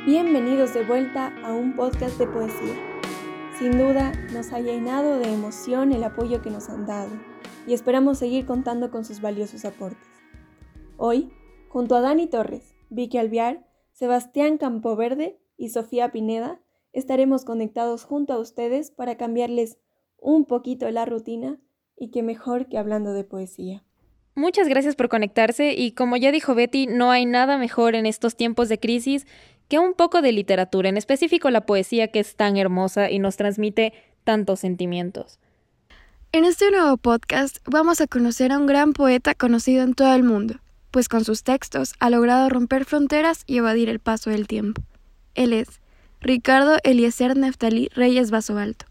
Bienvenidos de vuelta a un podcast de poesía. Sin duda, nos ha llenado de emoción el apoyo que nos han dado y esperamos seguir contando con sus valiosos aportes. Hoy, junto a Dani Torres, Vicky Alviar, Sebastián Campoverde y Sofía Pineda, estaremos conectados junto a ustedes para cambiarles un poquito la rutina y qué mejor que hablando de poesía. Muchas gracias por conectarse y como ya dijo Betty, no hay nada mejor en estos tiempos de crisis que un poco de literatura, en específico la poesía que es tan hermosa y nos transmite tantos sentimientos. En este nuevo podcast vamos a conocer a un gran poeta conocido en todo el mundo, pues con sus textos ha logrado romper fronteras y evadir el paso del tiempo. Él es Ricardo Eliezer Neftalí Reyes Basoalto.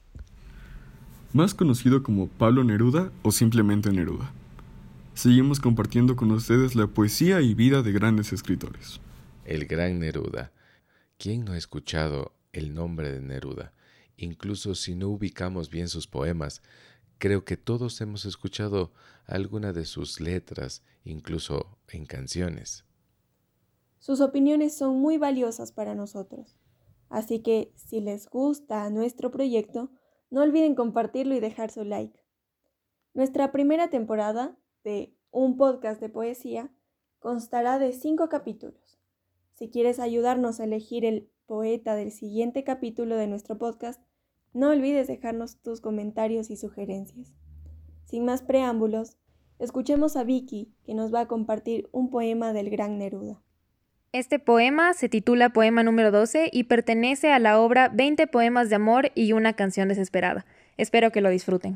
Más conocido como Pablo Neruda o simplemente Neruda. Seguimos compartiendo con ustedes la poesía y vida de grandes escritores. El gran Neruda. ¿Quién no ha escuchado el nombre de Neruda? Incluso si no ubicamos bien sus poemas, creo que todos hemos escuchado alguna de sus letras, incluso en canciones. Sus opiniones son muy valiosas para nosotros, así que si les gusta nuestro proyecto, no olviden compartirlo y dejar su like. Nuestra primera temporada de un podcast de poesía constará de 5 capítulos. Si quieres ayudarnos a elegir el poeta del siguiente capítulo de nuestro podcast, no olvides dejarnos tus comentarios y sugerencias. Sin más preámbulos, escuchemos a Vicky, que nos va a compartir un poema del gran Neruda. Este poema se titula Poema número 12 y pertenece a la obra 20 poemas de amor y una canción desesperada. Espero que lo disfruten.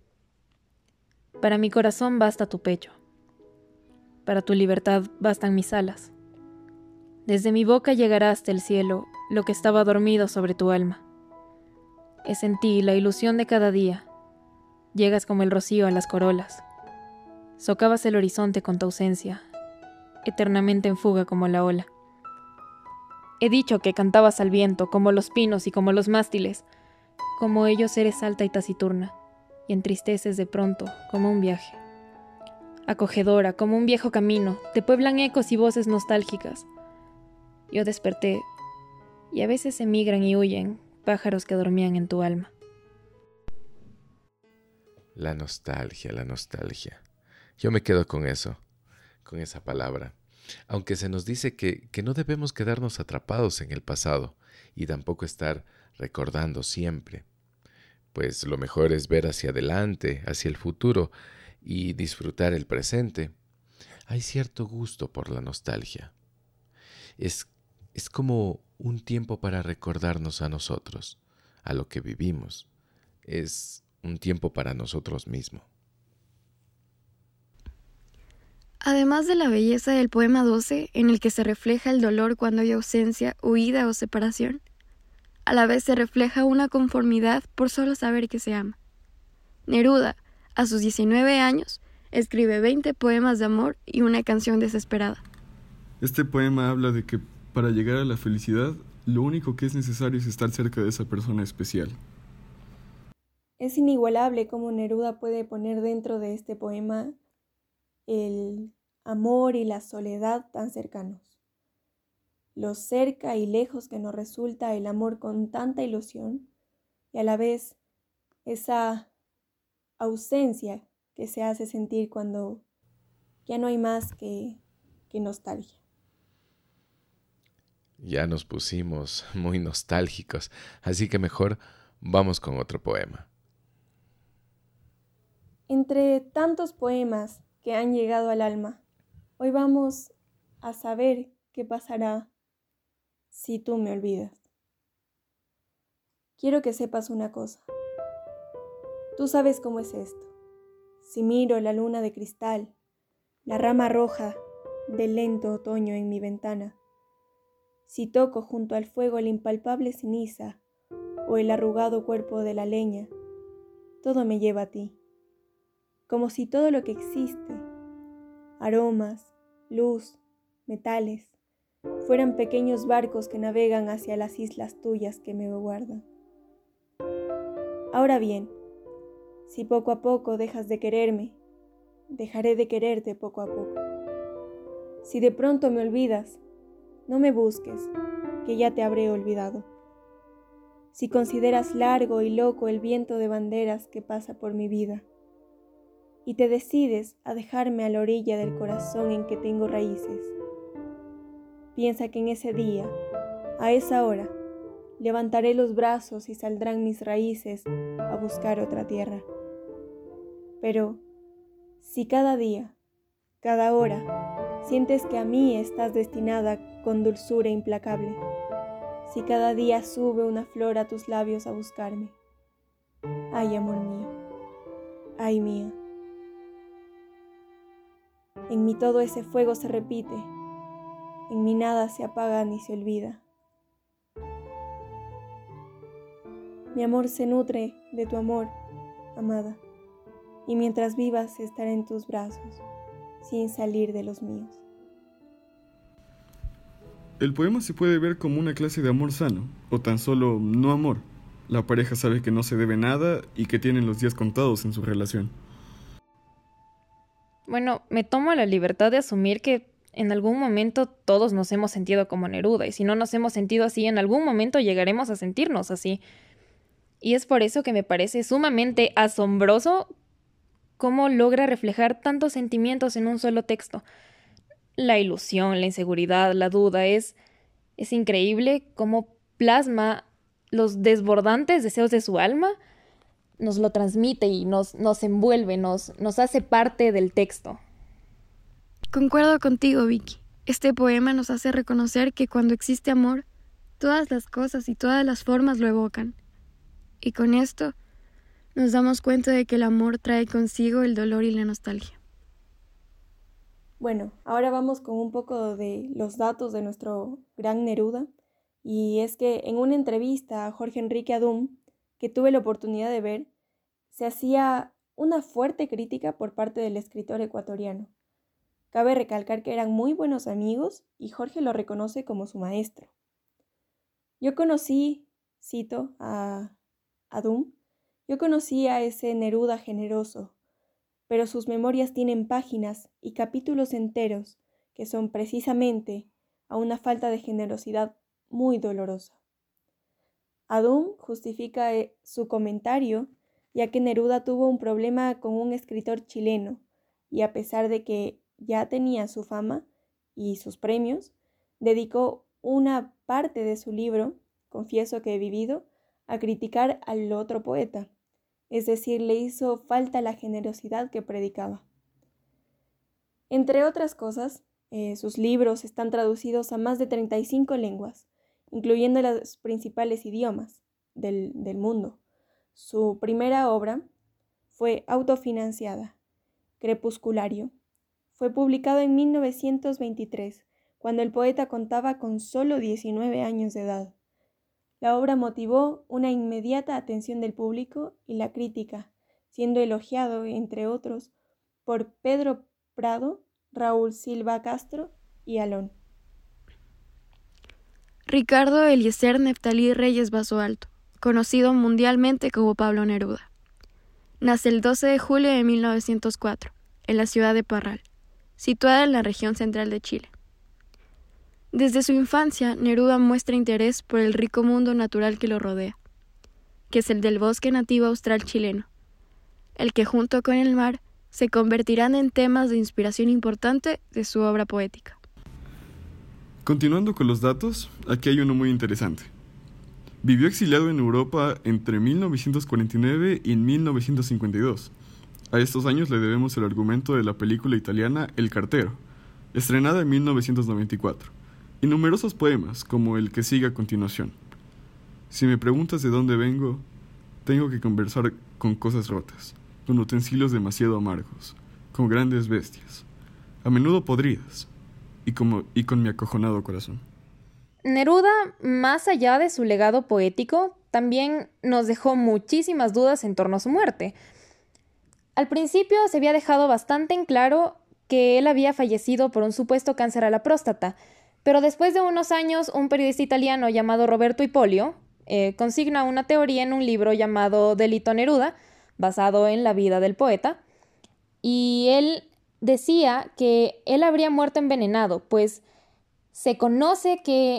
Para mi corazón basta tu pecho. Para tu libertad bastan mis alas. Desde mi boca llegará hasta el cielo lo que estaba dormido sobre tu alma. Es en ti la ilusión de cada día. Llegas como el rocío a las corolas. Socavas el horizonte con tu ausencia, eternamente en fuga como la ola. He dicho que cantabas al viento como los pinos y como los mástiles. Como ellos eres alta y taciturna, y entristeces de pronto como un viaje. Acogedora como un viejo camino, te pueblan ecos y voces nostálgicas. Yo desperté, y a veces emigran y huyen pájaros que dormían en tu alma. La nostalgia, la nostalgia. Yo me quedo con eso, con esa palabra. Aunque se nos dice que no debemos quedarnos atrapados en el pasado y tampoco estar recordando siempre. Pues lo mejor es ver hacia adelante, hacia el futuro y disfrutar el presente. Hay cierto gusto por la nostalgia. Es como un tiempo para recordarnos a nosotros, a lo que vivimos. Es un tiempo para nosotros mismos. Además de la belleza del poema 12, en el que se refleja el dolor cuando hay ausencia, huida o separación, a la vez se refleja una conformidad por solo saber que se ama. Neruda, a sus 19 años, escribe 20 poemas de amor y una canción desesperada. Este poema habla de que para llegar a la felicidad, lo único que es necesario es estar cerca de esa persona especial. Es inigualable cómo Neruda puede poner dentro de este poema el amor y la soledad tan cercanos. Lo cerca y lejos que nos resulta el amor con tanta ilusión y a la vez esa ausencia que se hace sentir cuando ya no hay más que nostalgia. Ya nos pusimos muy nostálgicos, así que mejor vamos con otro poema. Entre tantos poemas que han llegado al alma, hoy vamos a saber qué pasará si tú me olvidas. Quiero que sepas una cosa. Tú sabes cómo es esto. Si miro la luna de cristal, la rama roja del lento otoño en mi ventana, si toco junto al fuego la impalpable ceniza o el arrugado cuerpo de la leña, todo me lleva a ti. Como si todo lo que existe, aromas, luz, metales, fueran pequeños barcos que navegan hacia las islas tuyas que me guardan. Ahora bien, si poco a poco dejas de quererme, dejaré de quererte poco a poco. Si de pronto me olvidas, no me busques, que ya te habré olvidado. Si consideras largo y loco el viento de banderas que pasa por mi vida, y te decides a dejarme a la orilla del corazón en que tengo raíces, piensa que en ese día, a esa hora, levantaré los brazos y saldrán mis raíces a buscar otra tierra. Pero si cada día, cada hora, sientes que a mí estás destinada con dulzura implacable, si cada día sube una flor a tus labios a buscarme, ay, amor mío, ay, mía. En mí todo ese fuego se repite, en mí nada se apaga ni se olvida. Mi amor se nutre de tu amor, amada, y mientras vivas estaré en tus brazos, sin salir de los míos. El poema se puede ver como una clase de amor sano, o tan solo no amor. La pareja sabe que no se debe nada y que tienen los días contados en su relación. Bueno, me tomo la libertad de asumir que en algún momento todos nos hemos sentido como Neruda, y si no nos hemos sentido así, en algún momento llegaremos a sentirnos así. Y es por eso que me parece sumamente asombroso cómo logra reflejar tantos sentimientos en un solo texto. La ilusión, la inseguridad, la duda, es increíble cómo plasma los desbordantes deseos de su alma, nos lo transmite y nos envuelve, nos hace parte del texto. Concuerdo contigo, Vicky. Este poema nos hace reconocer que cuando existe amor, todas las cosas y todas las formas lo evocan. Y con esto nos damos cuenta de que el amor trae consigo el dolor y la nostalgia. Bueno, ahora vamos con un poco de los datos de nuestro gran Neruda. Y es que en una entrevista a Jorge Enrique Adum, que tuve la oportunidad de ver, se hacía una fuerte crítica por parte del escritor ecuatoriano. Cabe recalcar que eran muy buenos amigos y Jorge lo reconoce como su maestro. Yo conocí, cito a Adum, yo conocí a ese Neruda generoso, pero sus memorias tienen páginas y capítulos enteros que son precisamente a una falta de generosidad muy dolorosa. Adum justifica su comentario ya que Neruda tuvo un problema con un escritor chileno y a pesar de que ya tenía su fama y sus premios, dedicó una parte de su libro, Confieso que he vivido, a criticar al otro poeta, es decir, le hizo falta la generosidad que predicaba. Entre otras cosas, sus libros están traducidos a más de 35 lenguas, incluyendo los principales idiomas del mundo. Su primera obra fue autofinanciada, Crepusculario. Fue publicado en 1923, cuando el poeta contaba con solo 19 años de edad. La obra motivó una inmediata atención del público y la crítica, siendo elogiado, entre otros, por Pedro Prado, Raúl Silva Castro y Alón. Ricardo Eliezer Neftalí Reyes Basoalto, conocido mundialmente como Pablo Neruda. Nace el 12 de julio de 1904, en la ciudad de Parral, situada en la región central de Chile. Desde su infancia, Neruda muestra interés por el rico mundo natural que lo rodea, que es el del bosque nativo austral chileno, el que junto con el mar se convertirán en temas de inspiración importante de su obra poética. Continuando con los datos, aquí hay uno muy interesante. Vivió exiliado en Europa entre 1949 y 1952. A estos años le debemos el argumento de la película italiana El cartero, estrenada en 1994, y numerosos poemas como el que sigue a continuación. Si me preguntas de dónde vengo, tengo que conversar con cosas rotas, con utensilios demasiado amargos, con grandes bestias, a menudo podridas, y con mi acojonado corazón. Neruda, más allá de su legado poético, también nos dejó muchísimas dudas en torno a su muerte. Al principio se había dejado bastante en claro que él había fallecido por un supuesto cáncer a la próstata, pero después de unos años un periodista italiano llamado Roberto Ippolio consigna una teoría en un libro llamado Delito Neruda, basado en la vida del poeta, y él decía que él habría muerto envenenado, pues se conoce que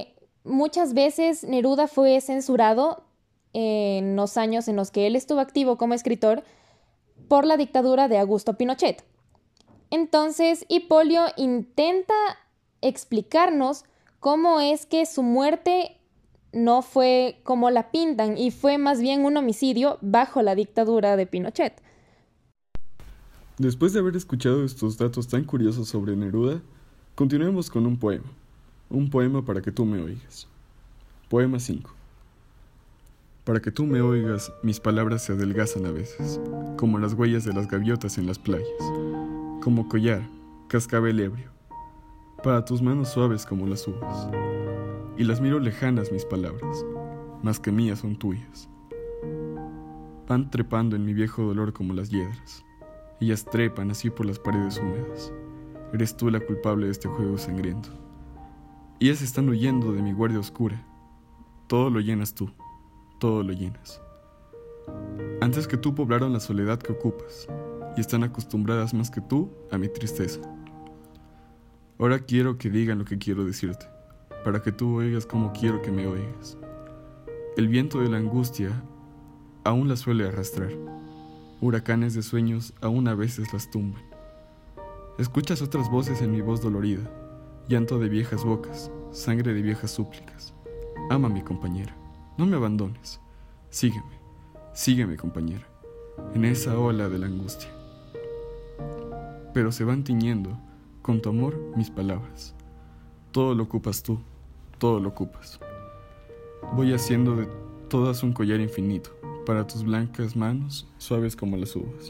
muchas veces Neruda fue censurado en los años en los que él estuvo activo como escritor por la dictadura de Augusto Pinochet. Entonces, Hipolio intenta explicarnos cómo es que su muerte no fue como la pintan y fue más bien un homicidio bajo la dictadura de Pinochet. Después de haber escuchado estos datos tan curiosos sobre Neruda, continuemos con un poema. Un poema para que tú me oigas. Poema 5. Para que tú me oigas, mis palabras se adelgazan a veces, como las huellas de las gaviotas en las playas, como collar, cascabel ebrio, para tus manos suaves como las uvas. Y las miro lejanas mis palabras, más que mías son tuyas. Van trepando en mi viejo dolor como las hiedras. Ellas trepan así por las paredes húmedas. Eres tú la culpable de este juego sangriento. Ellas están huyendo de mi guardia oscura. Todo lo llenas tú, todo lo llenas. Antes que tú poblaron la soledad que ocupas, y están acostumbradas más que tú a mi tristeza. Ahora quiero que digan lo que quiero decirte, para que tú oigas como quiero que me oigas. El viento de la angustia aún la suele arrastrar. Huracanes de sueños aún a veces las tumban. Escuchas otras voces en mi voz dolorida, llanto de viejas bocas, sangre de viejas súplicas. Ama mi compañera, no me abandones. Sígueme, sígueme compañera, en esa ola de la angustia. Pero se van tiñendo con tu amor mis palabras. Todo lo ocupas tú, todo lo ocupas. Voy haciendo de todas un collar infinito, para tus blancas manos, suaves como las uvas.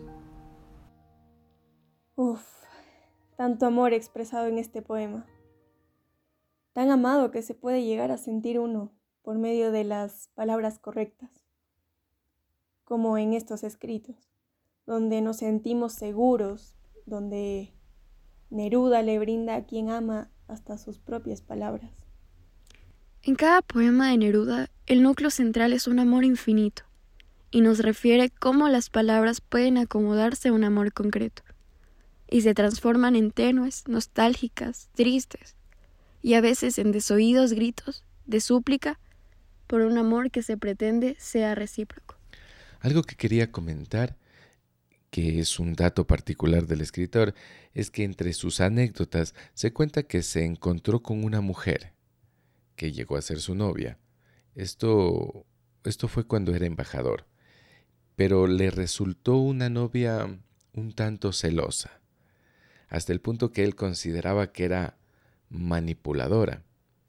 Uf, tanto amor expresado en este poema. Tan amado que se puede llegar a sentir uno por medio de las palabras correctas, como en estos escritos, donde nos sentimos seguros, donde Neruda le brinda a quien ama hasta sus propias palabras. En cada poema de Neruda, el núcleo central es un amor infinito, y nos refiere cómo las palabras pueden acomodarse a un amor concreto, y se transforman en tenues, nostálgicas, tristes, y a veces en desoídos gritos de súplica por un amor que se pretende sea recíproco. Algo que quería comentar, que es un dato particular del escritor, es que entre sus anécdotas se cuenta que se encontró con una mujer que llegó a ser su novia. Esto fue cuando era embajador, pero le resultó una novia un tanto celosa, hasta el punto que él consideraba que era manipuladora.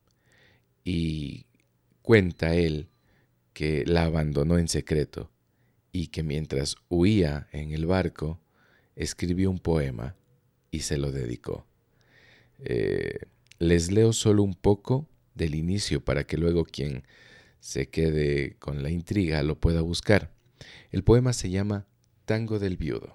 Y cuenta él que la abandonó en secreto y que mientras huía en el barco, escribió un poema y se lo dedicó. Les leo solo un poco del inicio para que luego quien se quede con la intriga lo pueda buscar. El poema se llama Tango del Viudo.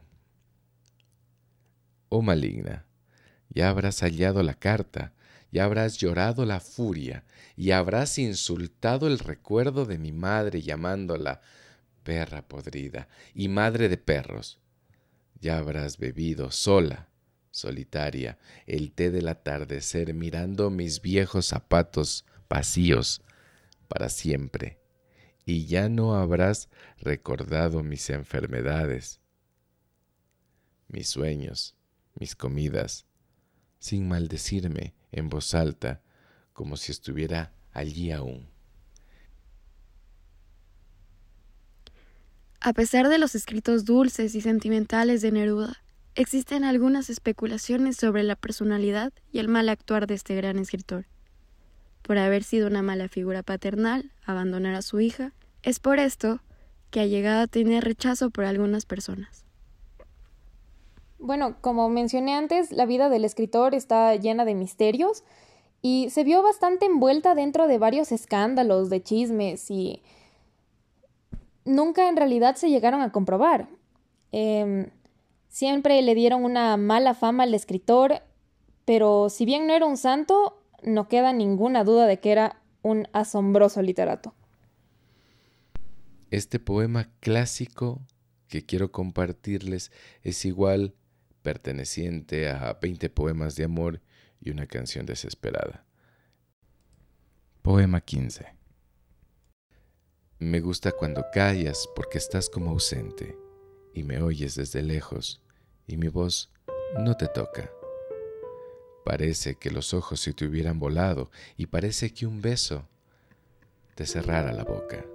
Oh maligna, ya habrás hallado la carta, ya habrás llorado la furia, y habrás insultado el recuerdo de mi madre llamándola perra podrida y madre de perros. Ya habrás bebido sola, solitaria, el té del atardecer mirando mis viejos zapatos vacíos para siempre. Y ya no habrás recordado mis enfermedades, mis sueños, mis comidas, sin maldecirme en voz alta, como si estuviera allí aún. A pesar de los escritos dulces y sentimentales de Neruda, existen algunas especulaciones sobre la personalidad y el mal actuar de este gran escritor. Por haber sido una mala figura paternal, abandonar a su hija, es por esto que ha llegado a tener rechazo por algunas personas. Bueno, como mencioné antes, la vida del escritor está llena de misterios y se vio bastante envuelta dentro de varios escándalos de chismes y nunca en realidad se llegaron a comprobar. Siempre le dieron una mala fama al escritor, pero si bien no era un santo, no queda ninguna duda de que era un asombroso literato. Este poema clásico que quiero compartirles es igual perteneciente a 20 poemas de amor y una canción desesperada. Poema 15. Me gusta cuando callas porque estás como ausente y me oyes desde lejos y mi voz no te toca. Parece que los ojos se te hubieran volado y parece que un beso te cerrara la boca.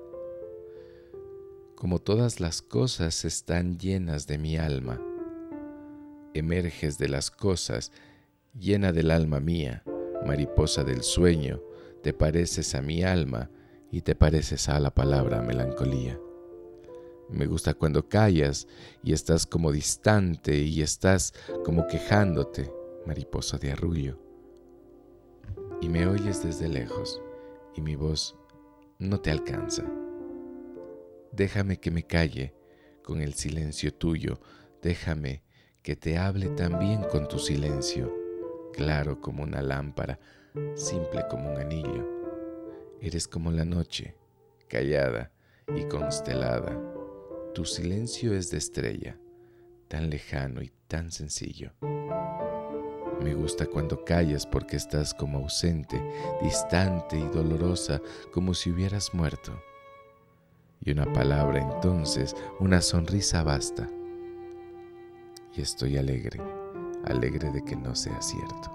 Como todas las cosas están llenas de mi alma, emerges de las cosas llena del alma mía, mariposa del sueño, te pareces a mi alma y te pareces a la palabra melancolía. Me gusta cuando callas y estás como distante y estás como quejándote, mariposa de arrullo. Y me oyes desde lejos y mi voz no te alcanza. Déjame que me calle con el silencio tuyo, déjame que te hable también con tu silencio, claro como una lámpara, simple como un anillo. Eres como la noche, callada y constelada. Tu silencio es de estrella, tan lejano y tan sencillo. Me gusta cuando callas porque estás como ausente, distante y dolorosa, como si hubieras muerto. Y una palabra entonces, una sonrisa basta. Y estoy alegre, alegre de que no sea cierto.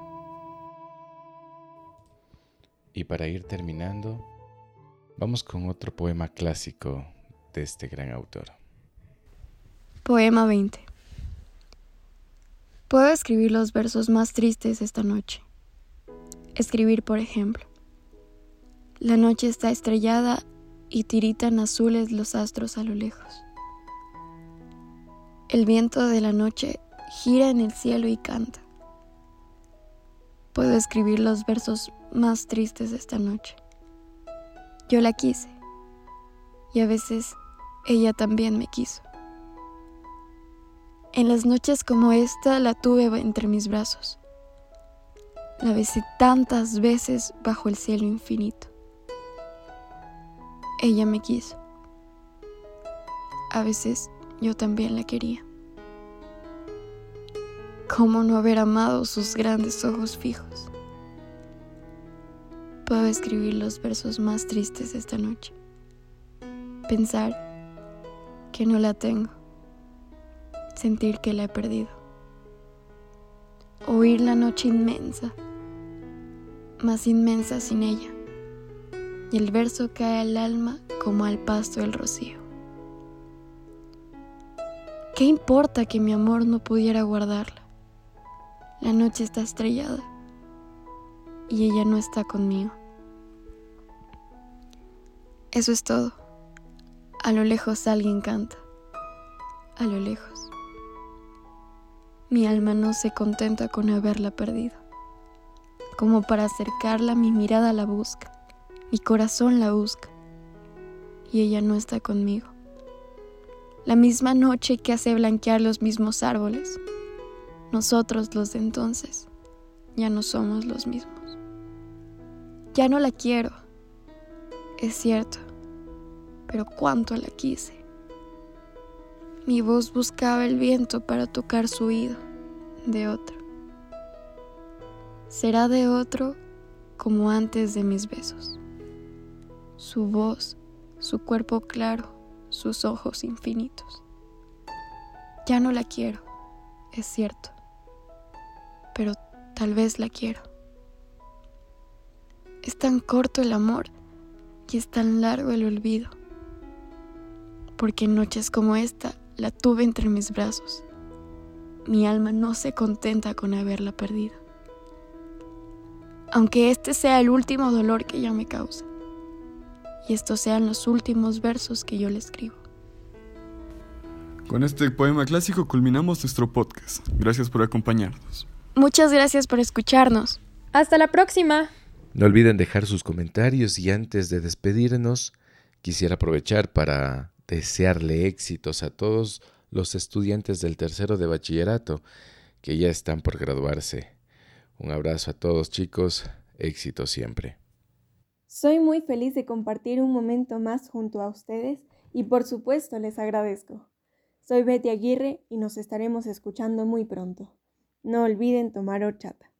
Y para ir terminando, vamos con otro poema clásico de este gran autor. Poema 20. Puedo escribir los versos más tristes esta noche. Escribir, por ejemplo: la noche está estrellada y tiritan azules los astros a lo lejos. El viento de la noche gira en el cielo y canta. Puedo escribir los versos más tristes de esta noche. Yo la quise, y a veces ella también me quiso. En las noches como esta la tuve entre mis brazos. La besé tantas veces bajo el cielo infinito. Ella me quiso. A veces yo también la quería. ¿Cómo no haber amado sus grandes ojos fijos? Puedo escribir los versos más tristes de esta noche. Pensar que no la tengo. Sentir que la he perdido. Oír la noche inmensa, más inmensa sin ella. Y el verso cae al alma como al pasto el rocío. ¿Qué importa que mi amor no pudiera guardarla? La noche está estrellada y ella no está conmigo. Eso es todo. A lo lejos alguien canta. A lo lejos. Mi alma no se contenta con haberla perdido. Como para acercarla, mi mirada la busca, mi corazón la busca, y ella no está conmigo. La misma noche que hace blanquear los mismos árboles, nosotros los de entonces ya no somos los mismos. Ya no la quiero, es cierto, pero cuánto la quise. Mi voz buscaba el viento para tocar su oído de otro. Será de otro como antes de mis besos. Su voz, su cuerpo claro, sus ojos infinitos. Ya no la quiero, es cierto, pero tal vez la quiero. Es tan corto el amor y es tan largo el olvido, porque en noches como esta la tuve entre mis brazos. Mi alma no se contenta con haberla perdido. Aunque este sea el último dolor que ella me causa, y estos sean los últimos versos que yo le escribo. Con este poema clásico culminamos nuestro podcast. Gracias por acompañarnos. Muchas gracias por escucharnos. ¡Hasta la próxima! No olviden dejar sus comentarios y antes de despedirnos, quisiera aprovechar para desearle éxitos a todos los estudiantes del tercero de bachillerato que ya están por graduarse. Un abrazo a todos, chicos, éxito siempre. Soy muy feliz de compartir un momento más junto a ustedes y por supuesto les agradezco. Soy Betty Aguirre y nos estaremos escuchando muy pronto. No olviden tomar horchata.